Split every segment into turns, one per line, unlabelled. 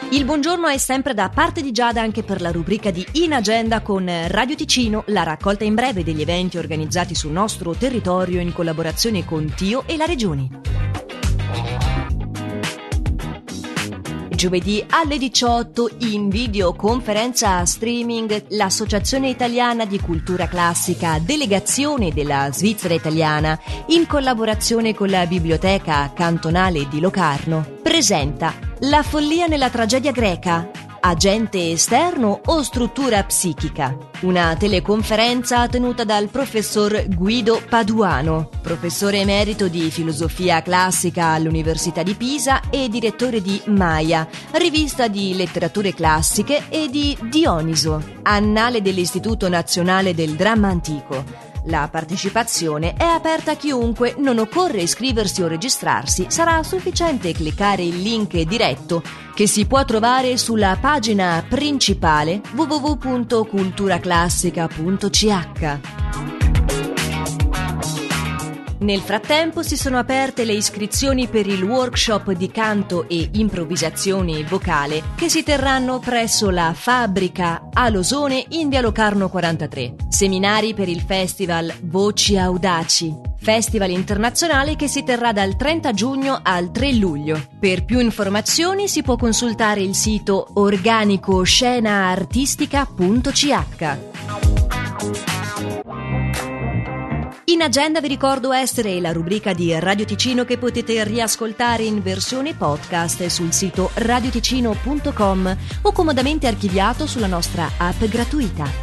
Il buongiorno è sempre da parte di Giada anche per la rubrica di In Agenda con Radio Ticino, la raccolta in breve degli eventi organizzati sul nostro territorio in collaborazione con Tio e la Regione. Giovedì alle 18 in videoconferenza streaming l'Associazione Italiana di Cultura Classica, delegazione della Svizzera Italiana, in collaborazione con la Biblioteca Cantonale di Locarno, presenta La follia nella tragedia greca, agente esterno o struttura psichica? Una teleconferenza tenuta dal professor Guido Paduano, professore emerito di filosofia classica all'Università di Pisa e direttore di Maya, rivista di letterature classiche, e di Dioniso, annale dell'Istituto Nazionale del Dramma Antico. La partecipazione è aperta a chiunque, non occorre iscriversi o registrarsi, sarà sufficiente cliccare il link diretto che si può trovare sulla pagina principale www.culturaclassica.ch. Nel frattempo si sono aperte le iscrizioni per il workshop di canto e improvvisazione vocale che si terranno presso la Fabbrica a Losone in via Locarno 43. Seminari per il festival Voci Audaci, festival internazionale che si terrà dal 30 giugno al 3 luglio. Per più informazioni si può consultare il sito organicoscenaartistica.ch. In Agenda vi ricordo essere la rubrica di Radio Ticino che potete riascoltare in versione podcast sul sito radioticino.com o comodamente archiviato sulla nostra app gratuita.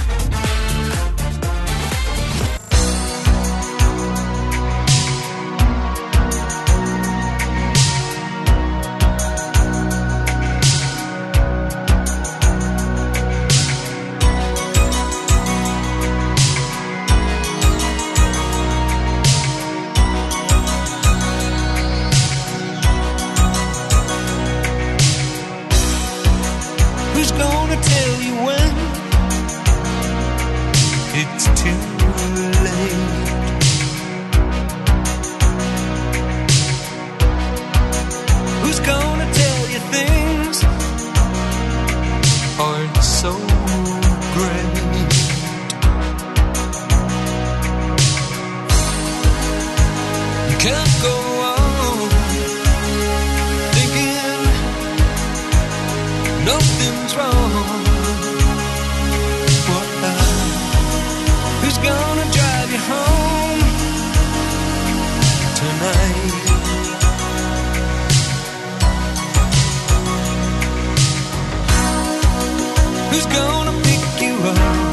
Who's gonna tell you when it's too late? Who's gonna tell you things aren't so great? You can't go on thinking nothing's wrong. Who's gonna drive you home tonight? Who's gonna pick you up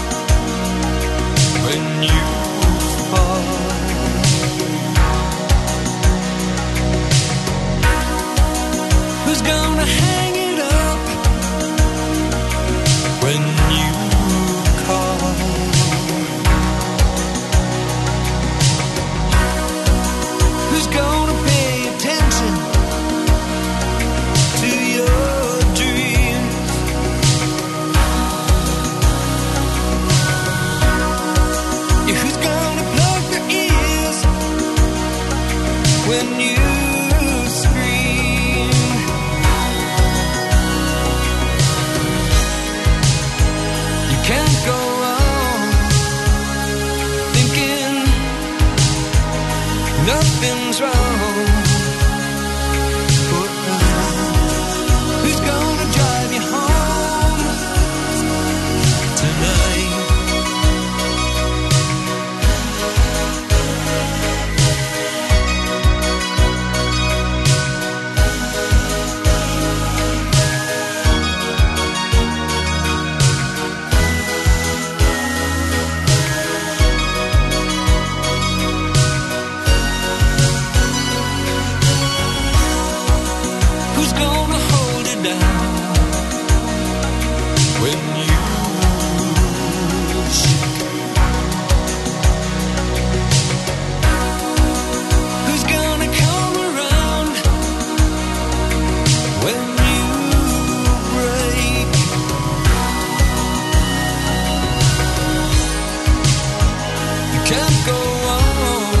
when you fall? Who's gonna hang it up when you call? Who's gonna pay attention to your dreams? Yeah, who's gonna plug their ears when you scream? You can't go on thinking nothing's wrong. Who's gonna drive you home tonight? Who's gonna hold it down when you shake? Who's gonna come around when you break? You can't go on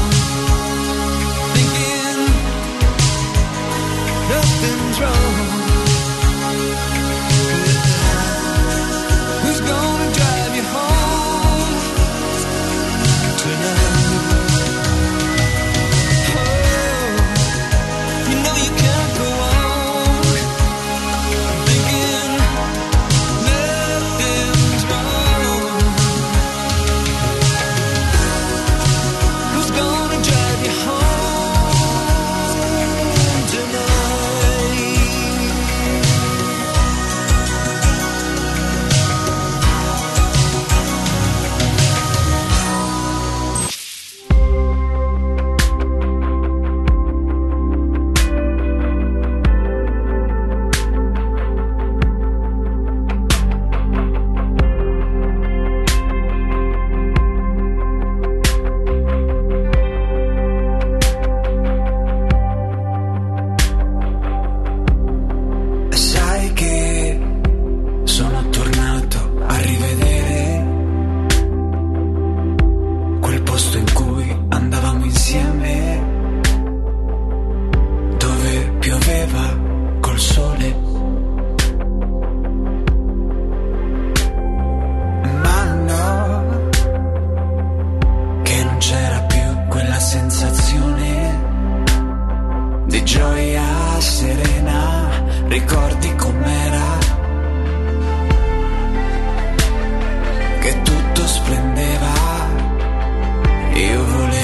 thinking nothing's wrong.
di gioia serena, ricordi com'era, che tutto splendeva, io volevo